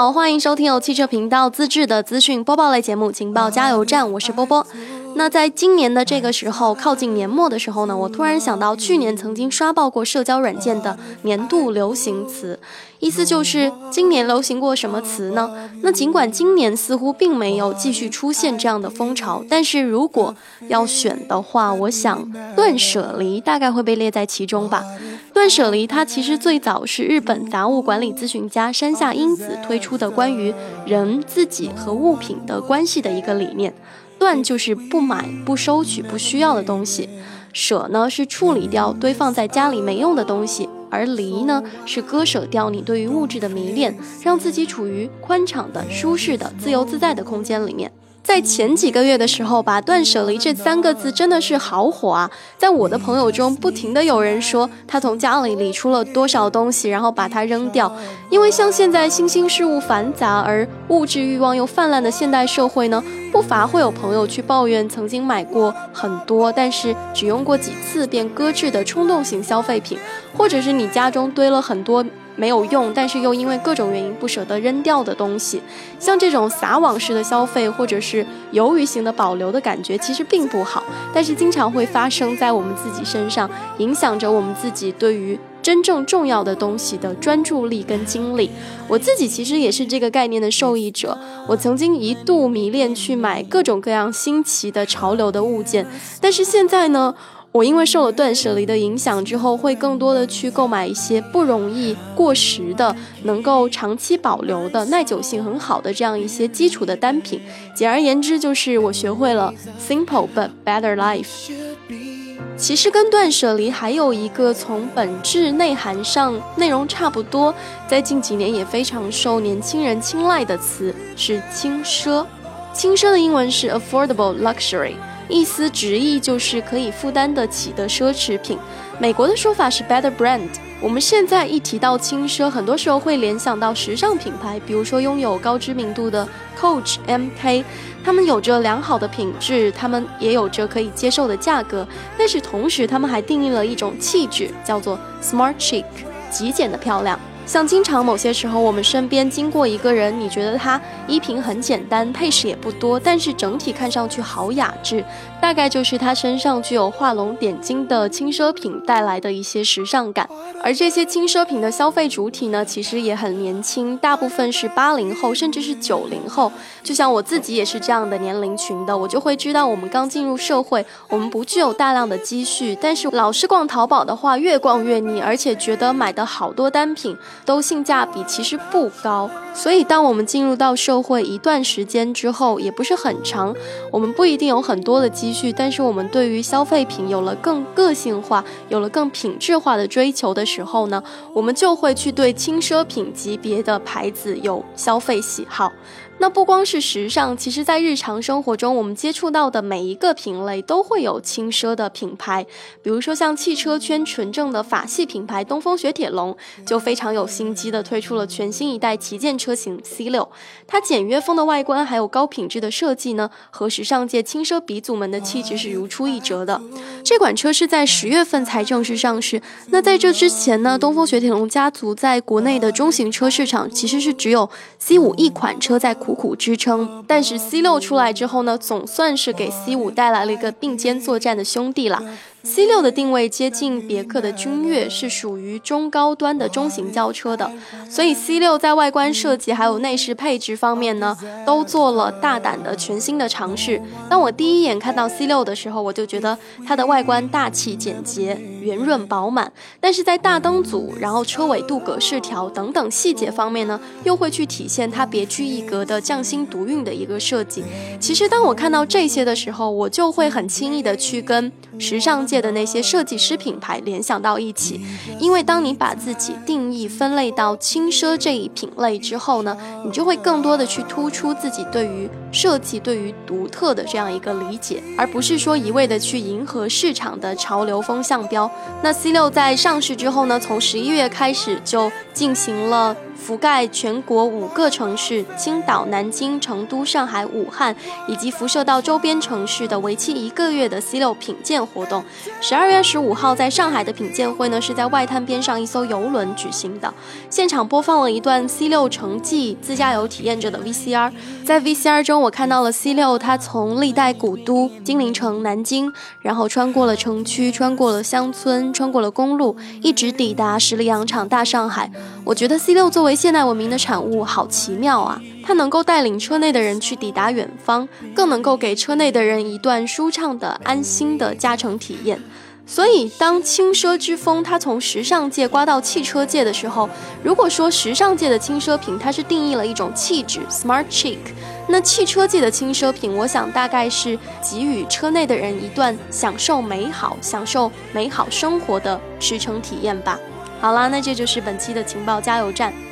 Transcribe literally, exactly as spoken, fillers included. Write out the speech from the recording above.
好，欢迎收听由汽车频道自制的资讯播报类节目《情报加油站》，我是波波。那在今年的这个时候，靠近年末的时候呢，我突然想到去年曾经刷爆过社交软件的年度流行词，意思就是今年流行过什么词呢？那尽管今年似乎并没有继续出现这样的风潮，但是如果要选的话，我想断舍离大概会被列在其中吧。断舍离它其实最早是日本杂物管理咨询家山下英子推出的关于人、自己和物品的关系的一个理念。断就是不买、不收取不需要的东西，舍呢是处理掉堆放在家里没用的东西，而离呢是割舍掉你对于物质的迷恋，让自己处于宽敞的、舒适的、自由自在的空间里面。在前几个月的时候吧，断舍离这三个字真的是好火啊！在我的朋友中，不停的有人说他从家里理出了多少东西，然后把它扔掉。因为像现在新兴事物繁杂而物质欲望又泛滥的现代社会呢，不乏会有朋友去抱怨曾经买过很多，但是只用过几次便搁置的冲动型消费品，或者是你家中堆了很多没有用，但是又因为各种原因不舍得扔掉的东西。像这种撒网式的消费或者是犹豫型的保留的感觉其实并不好，但是经常会发生在我们自己身上，影响着我们自己对于真正重要的东西的专注力跟精力。我自己其实也是这个概念的受益者，我曾经一度迷恋去买各种各样新奇的潮流的物件，但是现在呢，我因为受了断舍离的影响之后，会更多的去购买一些不容易过时的、能够长期保留的、耐久性很好的这样一些基础的单品。简而言之，就是我学会了 simple but better life。其实跟断舍离还有一个从本质内涵上内容差不多，在近几年也非常受年轻人青睐的词是轻奢。轻奢的英文是 affordable luxury，意思直译就是可以负担得起的奢侈品。美国的说法是 better brand。 我们现在一提到轻奢，很多时候会联想到时尚品牌，比如说拥有高知名度的 Coach、M K， 他们有着良好的品质，他们也有着可以接受的价格，但是同时他们还定义了一种气质，叫做 smart chic， 极简的漂亮。像经常某些时候我们身边经过一个人，你觉得他衣品很简单，配饰也不多，但是整体看上去好雅致，大概就是他身上具有画龙点睛的轻奢品带来的一些时尚感。而这些轻奢品的消费主体呢，其实也很年轻，大部分是八零后甚至是九零后。就像我自己也是这样的年龄群的，我就会知道我们刚进入社会，我们不具有大量的积蓄，但是老是逛淘宝的话，越逛越腻，而且觉得买的好多单品都性价比其实不高。所以当我们进入到社会一段时间之后，也不是很长，我们不一定有很多的积蓄，但是我们对于消费品有了更个性化，有了更品质化的追求的时候呢，我们就会去对轻奢品级别的牌子有消费喜好。那不光是时尚，其实在日常生活中我们接触到的每一个品类都会有轻奢的品牌，比如说像汽车圈纯正的法系品牌东风雪铁龙就非常有心机的推出了全新一代旗舰车型 C 六， 它简约风的外观还有高品质的设计呢，和时尚界轻奢鼻祖们的气质是如出一辙的。这款车是在十月份才正式上市，那在这之前呢，东风雪铁龙家族在国内的中型车市场其实是只有 C 五 一款车在苦苦支撑，但是 C 六 出来之后呢，总算是给 C 五 带来了一个并肩作战的兄弟啦。C 六 的定位接近别克的君越，是属于中高端的中型轿车的，所以 C 六 在外观设计还有内饰配置方面呢，都做了大胆的全新的尝试。当我第一眼看到 C 六 的时候，我就觉得它的外观大气简洁、圆润饱满，但是在大灯组、然后车尾镀铬饰条等等细节方面呢，又会去体现它别具一格的匠心独运的一个设计。其实当我看到这些的时候，我就会很轻易的去跟时尚界的那些设计师品牌联想到一起，因为当你把自己定义分类到轻奢这一品类之后呢，你就会更多的去突出自己对于设计、对于独特的这样一个理解，而不是说一味的去迎合市场的潮流风向标。那 C 六 在上市之后呢，从十一月开始就进行了覆盖全国五个城市，青岛、南京、成都、上海、武汉，以及辐射到周边城市的为期一个月的 C 六 品鉴活动。十二月十五号在上海的品鉴会呢，是在外滩边上一艘游轮举行的，现场播放了一段 C 六 城际自驾游体验者的 V C R。 在 V C R 中，我看到了 C 六 它从历代古都金陵城南京，然后穿过了城区，穿过了乡村，穿过了公路，一直抵达十里洋场大上海。我觉得 C 六 作为现代文明的产物好奇妙啊，它能够带领车内的人去抵达远方，更能够给车内的人一段舒畅的安心的驾乘体验。所以当轻奢之风它从时尚界刮到汽车界的时候，如果说时尚界的轻奢品它是定义了一种气质 smart chic， 那汽车界的轻奢品我想大概是给予车内的人一段享受美好享受美好生活的驰骋体验吧。好啦，那这就是本期的情报加油站。